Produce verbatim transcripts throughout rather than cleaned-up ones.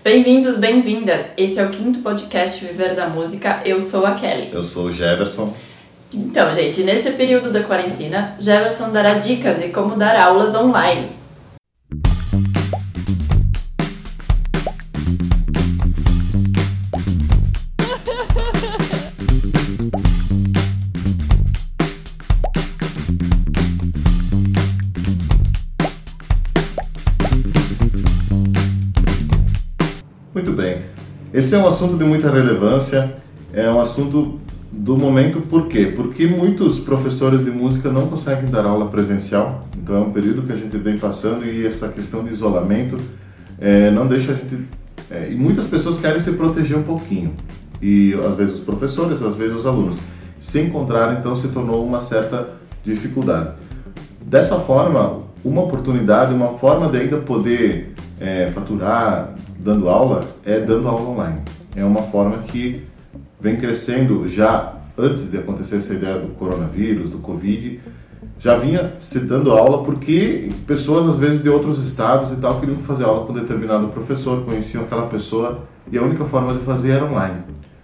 Bem-vindos, bem-vindas! Esse é o quinto podcast Viver da Música. Eu sou a Kelly. Eu sou o Jefferson. Então, gente, nesse período da quarentena, Jefferson dará dicas de como dar aulas online. Muito bem. Esse é um assunto de muita relevância, é um assunto do momento. Por quê? Porque muitos professores de música não conseguem dar aula presencial, então é um período que a gente vem passando e essa questão de isolamento é, não deixa a gente... É, e muitas pessoas querem se proteger um pouquinho, e às vezes os professores, às vezes os alunos. Se encontrar, então, se tornou uma certa dificuldade. Dessa forma, uma oportunidade, uma forma de ainda poder é, faturar dando aula, é dando aula online. É uma forma que vem crescendo já antes de acontecer essa ideia do coronavírus, do Covid, já vinha se dando aula porque pessoas, às vezes, de outros estados e tal, queriam fazer aula com determinado professor, conheciam aquela pessoa e a única forma de fazer era online.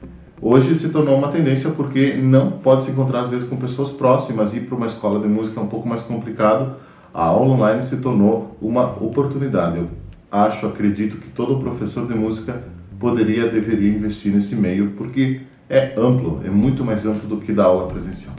Hoje se tornou uma tendência porque não pode se encontrar, às vezes, com pessoas próximas, ir para uma escola de música é um pouco mais complicado. A aula online se tornou uma oportunidade. Eu acho, acredito que todo professor de música poderia, deveria investir nesse meio, porque é amplo, é muito mais amplo do que dar aula presencial.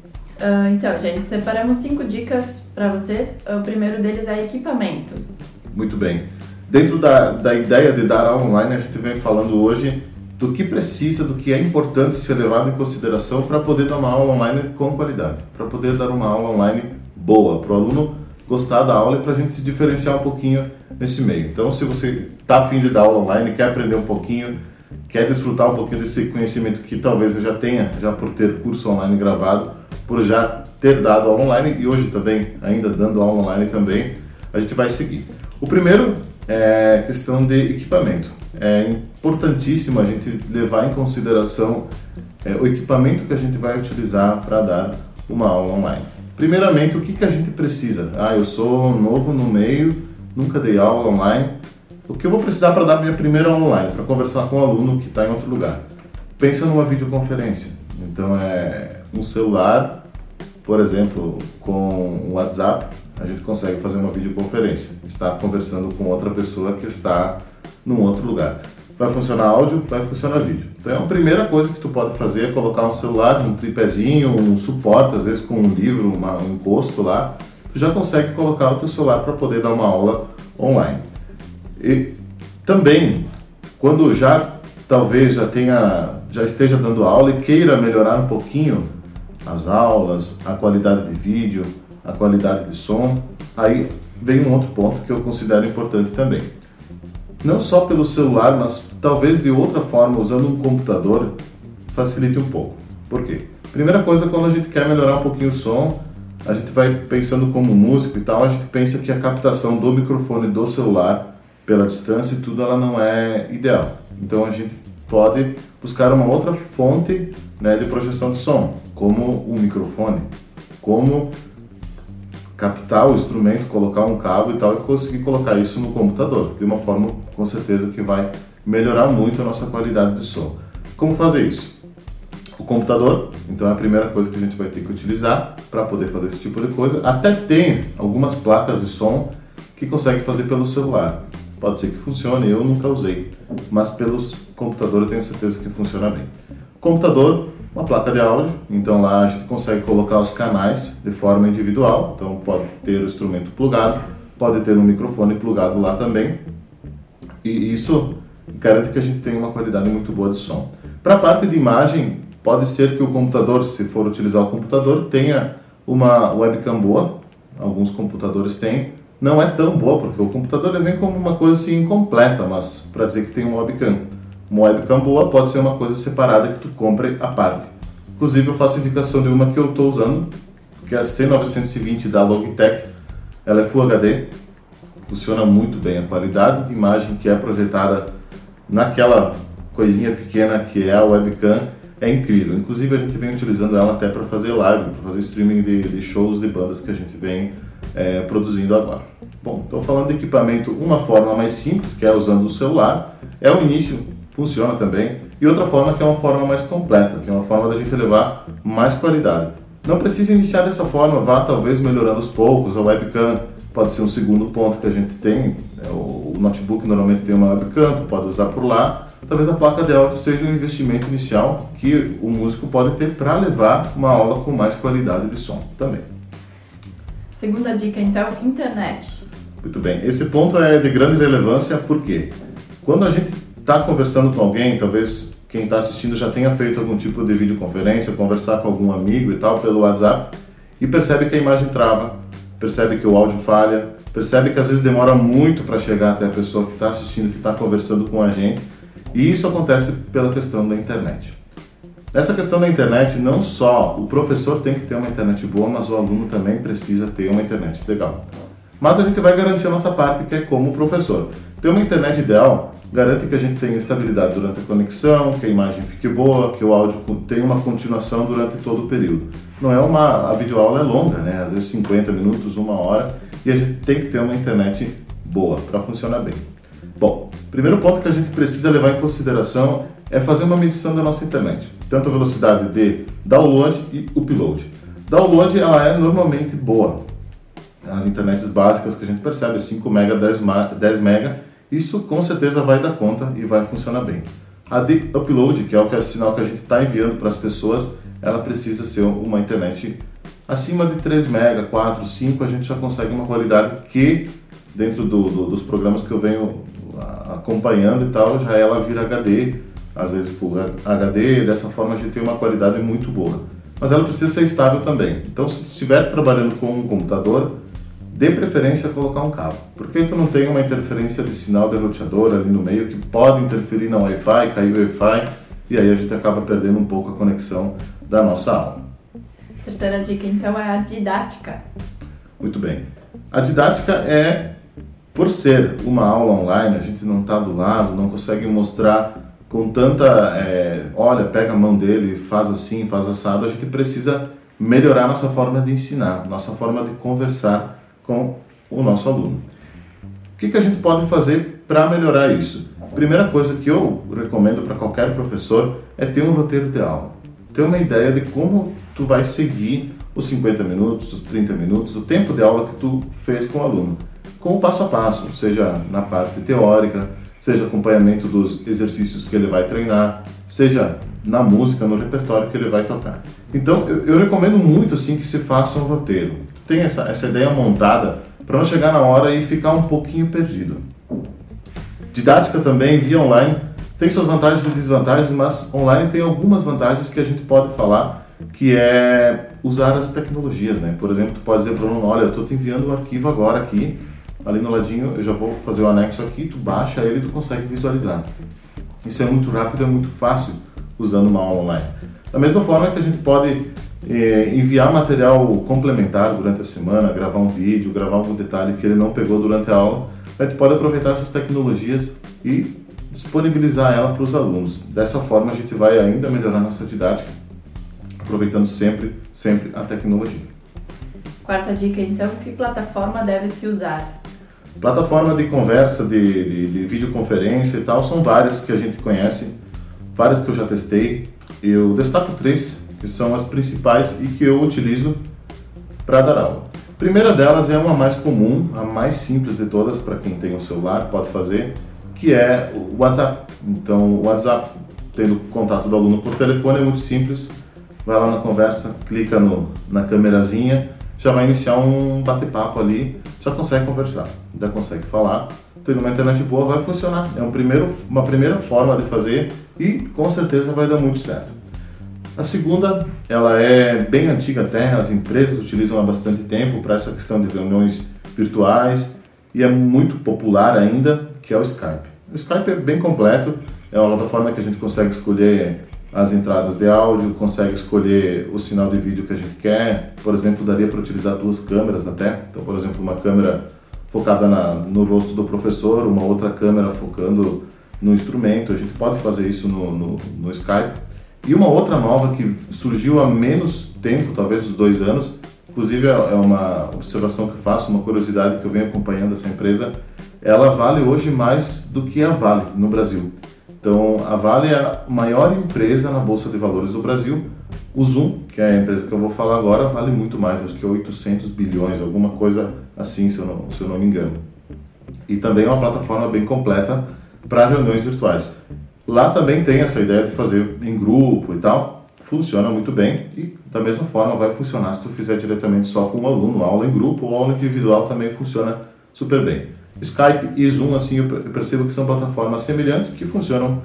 Uh, então, gente, separamos cinco dicas para vocês. O primeiro deles é equipamentos. Muito bem. Dentro da, da ideia de dar aula online, a gente vem falando hoje do que precisa, do que é importante ser levado em consideração para poder dar uma aula online com qualidade, para poder dar uma aula online boa, para o aluno gostar da aula e para a gente se diferenciar um pouquinho nesse meio. Então, se você está afim de dar aula online, quer aprender um pouquinho, quer desfrutar um pouquinho desse conhecimento que talvez eu já tenha, já por ter curso online gravado, por já ter dado aula online e hoje também, ainda dando aula online também, a gente vai seguir. O primeiro é questão de equipamento. É importantíssimo a gente levar em consideração é, o equipamento que a gente vai utilizar para dar uma aula online. Primeiramente, o que, que a gente precisa? Ah, eu sou novo no meio, nunca dei aula online. O que eu vou precisar para dar minha primeira aula online? Para conversar com um aluno que está em outro lugar? Pensa numa videoconferência. Então, é um celular, por exemplo, com o WhatsApp, a gente consegue fazer uma videoconferência. Estar conversando com outra pessoa que está num outro lugar. Vai funcionar áudio, vai funcionar vídeo. Então, a primeira coisa que tu pode fazer é colocar um celular, um tripézinho, um suporte, às vezes com um livro, uma, um encosto lá. Tu já consegue colocar o teu celular para poder dar uma aula online. E também, quando já, talvez, já tenha, já esteja dando aula e queira melhorar um pouquinho as aulas, a qualidade de vídeo, a qualidade de som, aí vem um outro ponto que eu considero importante também. Não só pelo celular, mas talvez de outra forma, usando um computador, facilite um pouco. Por quê? Primeira coisa, quando a gente quer melhorar um pouquinho o som, a gente vai pensando como músico e tal, a gente pensa que a captação do microfone do celular, pela distância e tudo, ela não é ideal. Então a gente pode buscar uma outra fonte, né, de projeção de som, como um microfone, como captar o instrumento, colocar um cabo e tal e conseguir colocar isso no computador, de uma forma com certeza que vai melhorar muito a nossa qualidade de som. Como fazer isso? O computador, então é a primeira coisa que a gente vai ter que utilizar para poder fazer esse tipo de coisa. Até tem algumas placas de som que conseguem fazer pelo celular. Pode ser que funcione, eu nunca usei, mas pelos computadores eu tenho certeza que funciona bem. Computador, uma placa de áudio, então lá a gente consegue colocar os canais de forma individual, então pode ter o instrumento plugado, pode ter um microfone plugado lá também, e isso garante que a gente tenha uma qualidade muito boa de som. Para a parte de imagem, pode ser que o computador, se for utilizar o computador, tenha uma webcam boa, alguns computadores têm, não é tão boa, porque o computador ele vem como uma coisa assim incompleta, mas para dizer que tem uma webcam. Uma webcam boa pode ser uma coisa separada que tu compre à parte. Inclusive eu faço indicação de uma que eu estou usando, que é a C novecentos e vinte da Logitech. Ela é Full H D, funciona muito bem. A qualidade de imagem que é projetada naquela coisinha pequena que é a webcam é incrível. Inclusive a gente vem utilizando ela até para fazer live, para fazer streaming de, de shows de bandas que a gente vem é, produzindo agora. Bom, estou falando de equipamento, uma forma mais simples, que é usando o celular, é o início, funciona também, e outra forma que é uma forma mais completa, que é uma forma da gente levar mais qualidade. Não precisa iniciar dessa forma, vá talvez melhorando aos poucos, a webcam pode ser um segundo ponto que a gente tem, o notebook normalmente tem uma webcam, tu pode usar por lá, talvez a placa de áudio seja um investimento inicial que o músico pode ter para levar uma aula com mais qualidade de som também. Segunda dica então, internet. Muito bem, esse ponto é de grande relevância porque quando a gente está conversando com alguém, talvez quem está assistindo já tenha feito algum tipo de videoconferência, conversar com algum amigo e tal pelo WhatsApp e percebe que a imagem trava, percebe que o áudio falha, percebe que às vezes demora muito para chegar até a pessoa que está assistindo, que está conversando com a gente, e isso acontece pela questão da internet. Nessa questão da internet, não só o professor tem que ter uma internet boa, mas o aluno também precisa ter uma internet legal. Mas a gente vai garantir a nossa parte, que é como professor. Ter uma internet ideal garante que a gente tenha estabilidade durante a conexão, que a imagem fique boa, que o áudio tenha uma continuação durante todo o período. Não é uma, a videoaula é longa, né? Às vezes cinquenta minutos, uma hora, e a gente tem que ter uma internet boa para funcionar bem. Bom, primeiro ponto que a gente precisa levar em consideração é fazer uma medição da nossa internet, tanto a velocidade de download e upload. Download ela é normalmente boa. As internets básicas que a gente percebe, cinco mega, dez mega, isso com certeza vai dar conta e vai funcionar bem. A de upload, que é o, que é o sinal que a gente está enviando para as pessoas, ela precisa ser uma internet acima de três mega, quatro, cinco, a gente já consegue uma qualidade que, dentro do, do, dos programas que eu venho acompanhando e tal, já ela vira H D, às vezes Full H D, dessa forma a gente tem uma qualidade muito boa. Mas ela precisa ser estável também. Então, se estiver trabalhando com um computador, dê preferência a colocar um cabo, porque tu não tem uma interferência de sinal de roteador ali no meio que pode interferir no Wi-Fi, cair o Wi-Fi, e aí a gente acaba perdendo um pouco a conexão da nossa aula. Terceira dica então é a didática. Muito bem. A didática é, por ser uma aula online, a gente não está do lado, não consegue mostrar com tanta, é, olha, pega a mão dele, faz assim, faz assado, a gente precisa melhorar nossa forma de ensinar, nossa forma de conversar com o nosso aluno. O que, que a gente pode fazer para melhorar isso? A primeira coisa que eu recomendo para qualquer professor é ter um roteiro de aula. Ter uma ideia de como tu vai seguir os cinquenta minutos, os trinta minutos, o tempo de aula que tu fez com o aluno. Com o passo a passo, seja na parte teórica, seja acompanhamento dos exercícios que ele vai treinar, seja na música, no repertório que ele vai tocar. Então, eu, eu recomendo muito assim que se faça um roteiro. Tem essa, essa ideia montada para não chegar na hora e ficar um pouquinho perdido. Didática também, via online, tem suas vantagens e desvantagens, mas online tem algumas vantagens que a gente pode falar, que é usar as tecnologias, né? Por exemplo, tu pode dizer para o aluno, olha, eu estou te enviando o arquivo agora aqui, ali no ladinho eu já vou fazer o anexo aqui, tu baixa ele e tu consegue visualizar. Isso é muito rápido, é muito fácil usando uma aula online. Da mesma forma que a gente pode eh, enviar material complementar durante a semana, gravar um vídeo, gravar algum detalhe que ele não pegou durante a aula, a gente pode aproveitar essas tecnologias e disponibilizar ela para os alunos. Dessa forma a gente vai ainda melhorar nossa didática, aproveitando sempre, sempre a tecnologia. Quarta dica então, que plataforma deve se usar? Plataforma de conversa, de, de, de videoconferência e tal, são várias que a gente conhece, várias que eu já testei. Eu destaco três, que são as principais e que eu utilizo para dar aula. A primeira delas é uma mais comum, a mais simples de todas, para quem tem um celular, pode fazer, que é o WhatsApp. Então, o WhatsApp, tendo contato do aluno por telefone, é muito simples. Vai lá na conversa, clica no, na câmerazinha, já vai iniciar um bate-papo ali, já consegue conversar, já consegue falar. Tendo uma internet boa, vai funcionar. É um primeiro, uma primeira forma de fazer e com certeza vai dar muito certo. A segunda, ela é bem antiga até, as empresas utilizam há bastante tempo para essa questão de reuniões virtuais e é muito popular ainda, que é o Skype. O Skype é bem completo, é uma plataforma que a gente consegue escolher as entradas de áudio, consegue escolher o sinal de vídeo que a gente quer. Por exemplo, daria para utilizar duas câmeras até. Então, por exemplo, uma câmera focada na, no rosto do professor, uma outra câmera focando no instrumento. A gente pode fazer isso no, no, no Skype. E uma outra nova que surgiu há menos tempo, talvez uns dois anos, inclusive é uma observação que eu faço, uma curiosidade que eu venho acompanhando essa empresa, ela vale hoje mais do que a Vale no Brasil. Então, a Vale é a maior empresa na Bolsa de Valores do Brasil. O Zoom, que é a empresa que eu vou falar agora, vale muito mais, acho que é oitocentos bilhões, alguma coisa assim, se eu não, se eu não me engano. E também é uma plataforma bem completa para reuniões virtuais. Lá também tem essa ideia de fazer em grupo e tal, funciona muito bem e da mesma forma vai funcionar se tu fizer diretamente só com um aluno, aula em grupo ou aula individual também funciona super bem. Skype e Zoom, assim, eu percebo que são plataformas semelhantes que funcionam,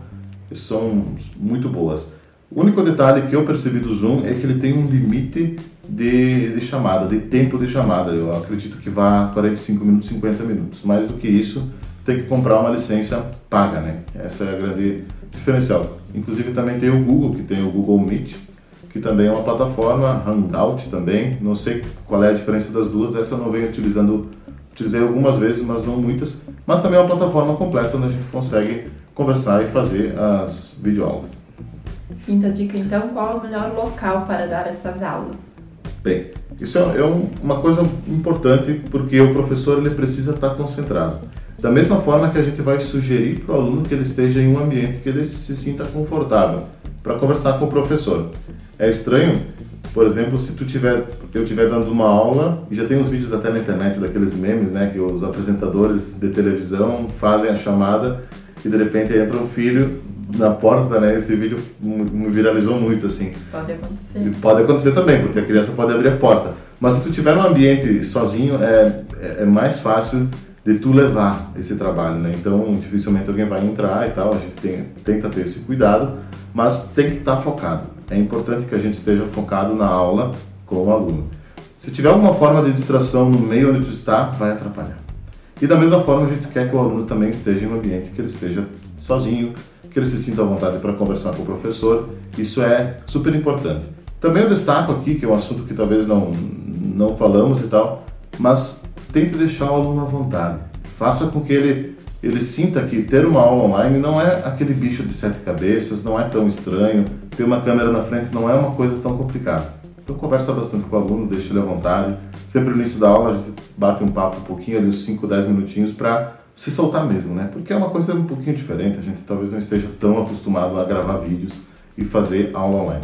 são muito boas. O único detalhe que eu percebi do Zoom é que ele tem um limite de, de chamada, de tempo de chamada. Eu acredito que vá quarenta e cinco minutos, cinquenta minutos. Mais do que isso, tem que comprar uma licença paga, né? Essa é a grande diferencial. Inclusive também tem o Google, que tem o Google Meet, que também é uma plataforma, Hangout também. Não sei qual é a diferença das duas, essa eu não venho utilizando, utilizei algumas vezes, mas não muitas. Mas também é uma plataforma completa onde a gente consegue conversar e fazer as videoaulas. Quinta dica, então, qual é o melhor local para dar essas aulas? Bem, isso é uma coisa importante porque o professor ele precisa estar concentrado. Da mesma forma que a gente vai sugerir para o aluno que ele esteja em um ambiente que ele se sinta confortável para conversar com o professor. É estranho, por exemplo, se tu tiver, eu estiver dando uma aula, e já tem uns vídeos até na internet daqueles memes, né, que os apresentadores de televisão fazem a chamada e de repente entra um filho na porta, né? Esse vídeo me viralizou muito, assim. Pode acontecer. E pode acontecer também, porque a criança pode abrir a porta. Mas se tu tiver num ambiente sozinho, é, é mais fácil de tu levar esse trabalho, né? Então, dificilmente alguém vai entrar e tal, a gente tem, tenta ter esse cuidado, mas tem que estar focado. É importante que a gente esteja focado na aula com o aluno. Se tiver alguma forma de distração no meio onde tu está, vai atrapalhar. E da mesma forma, a gente quer que o aluno também esteja em um ambiente que ele esteja sozinho, que ele se sinta à vontade para conversar com o professor. Isso é super importante. Também eu destaco aqui, que é um assunto que talvez não, não falamos e tal, mas tente deixar o aluno à vontade. Faça com que ele, ele sinta que ter uma aula online não é aquele bicho de sete cabeças, não é tão estranho, ter uma câmera na frente não é uma coisa tão complicada. Então conversa bastante com o aluno, deixa ele à vontade. Sempre no início da aula a gente bate um papo um pouquinho, ali uns cinco, dez minutinhos para se soltar mesmo, né? Porque é uma coisa um pouquinho diferente, a gente talvez não esteja tão acostumado a gravar vídeos e fazer aula online.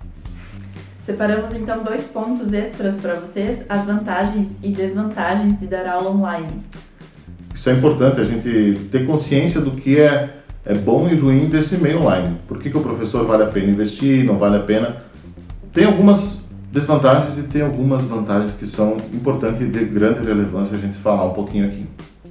Separamos então dois pontos extras para vocês, as vantagens e desvantagens de dar aula online. Isso é importante, a gente ter consciência do que é, é bom e ruim desse meio online. Por que que o professor vale a pena investir, não vale a pena? Tem algumas desvantagens e tem algumas vantagens que são importantes e de grande relevância a gente falar um pouquinho aqui.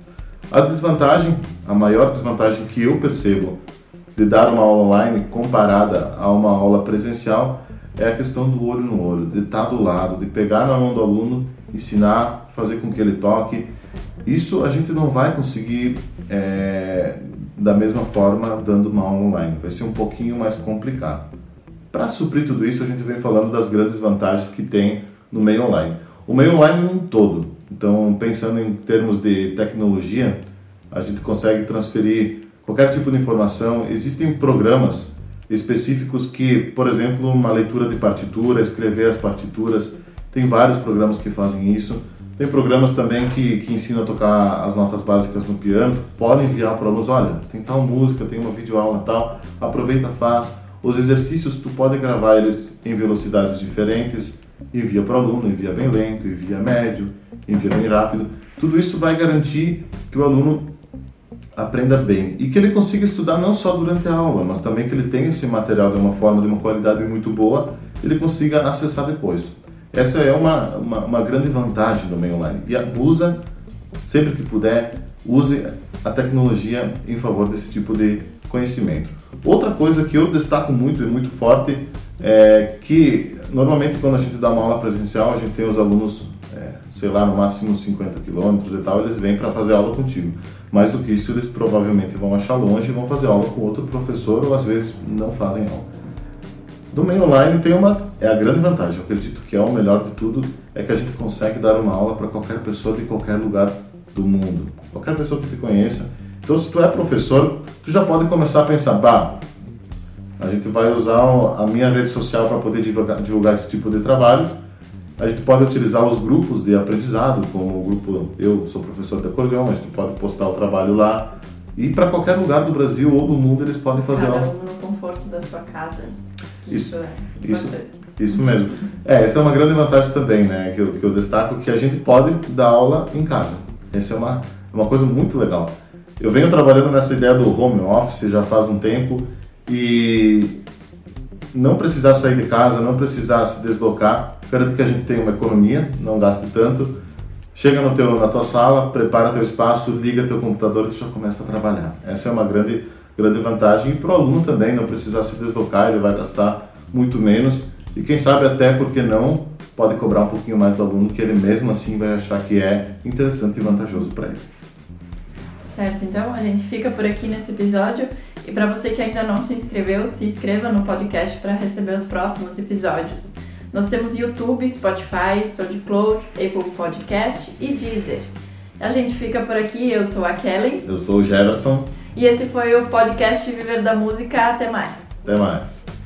A desvantagem, a maior desvantagem que eu percebo de dar uma aula online comparada a uma aula presencial é a questão do olho no olho, de estar do lado, de pegar na mão do aluno, ensinar, fazer com que ele toque. Isso a gente não vai conseguir é, da mesma forma dando uma aula online, vai ser um pouquinho mais complicado. Para suprir tudo isso, a gente vem falando das grandes vantagens que tem no meio online. O meio online num todo, então pensando em termos de tecnologia, a gente consegue transferir qualquer tipo de informação. Existem programas específicos que, por exemplo, uma leitura de partitura, escrever as partituras, tem vários programas que fazem isso. Tem programas também que, que ensinam a tocar as notas básicas no piano, podem enviar para alunos, olha, tem tal música, tem uma videoaula tal, aproveita, faz. Os exercícios, tu pode gravar eles em velocidades diferentes, envia para o aluno, envia bem lento, envia médio, envia bem rápido. Tudo isso vai garantir que o aluno aprenda bem e que ele consiga estudar não só durante a aula, mas também que ele tenha esse material de uma forma, de uma qualidade muito boa, ele consiga acessar depois. Essa é uma, uma, uma grande vantagem do meio online. E abusa, sempre que puder, use a tecnologia em favor desse tipo de conhecimento. Outra coisa que eu destaco muito e muito forte é que normalmente quando a gente dá uma aula presencial, a gente tem os alunos, é, sei lá, no máximo cinquenta quilômetros e tal, eles vêm para fazer aula contigo. Mais do que isso, eles provavelmente vão achar longe e vão fazer aula com outro professor ou às vezes não fazem aula. No meio online tem uma, é a grande vantagem, eu acredito que é o melhor de tudo, é que a gente consegue dar uma aula para qualquer pessoa de qualquer lugar do mundo, qualquer pessoa que te conheça. Então se tu é professor, tu já pode começar a pensar, bah, a gente vai usar a minha rede social para poder divulgar, divulgar esse tipo de trabalho A gente pode utilizar os grupos de aprendizado, como o grupo, eu sou professor de acordeão, a gente pode postar o trabalho lá. E para qualquer lugar do Brasil ou do mundo eles podem fazer Cada aula. um no conforto da sua casa. Isso, Isso é isso, importante. isso mesmo. É, essa é uma grande vantagem também, né? Que eu, que eu destaco, que a gente pode dar aula em casa. Essa é uma, uma coisa muito legal. Eu venho trabalhando nessa ideia do home office já faz um tempo e não precisar sair de casa, não precisar se deslocar, garante que a gente tenha uma economia, não gaste tanto. Chega no teu, na tua sala, prepara teu espaço, liga teu computador e tu já começa a trabalhar. Essa é uma grande, grande vantagem. E para o aluno também, não precisar se deslocar, ele vai gastar muito menos. E quem sabe até, porque não, pode cobrar um pouquinho mais do aluno, que ele mesmo assim vai achar que é interessante e vantajoso para ele. Certo, então a gente fica por aqui nesse episódio. E para você que ainda não se inscreveu, se inscreva no podcast para receber os próximos episódios. Nós temos YouTube, Spotify, SoundCloud, Apple Podcast e Deezer. A gente fica por aqui, eu sou a Kelly. Eu sou o Jefferson. E esse foi o podcast Viver da Música. Até mais. Até mais.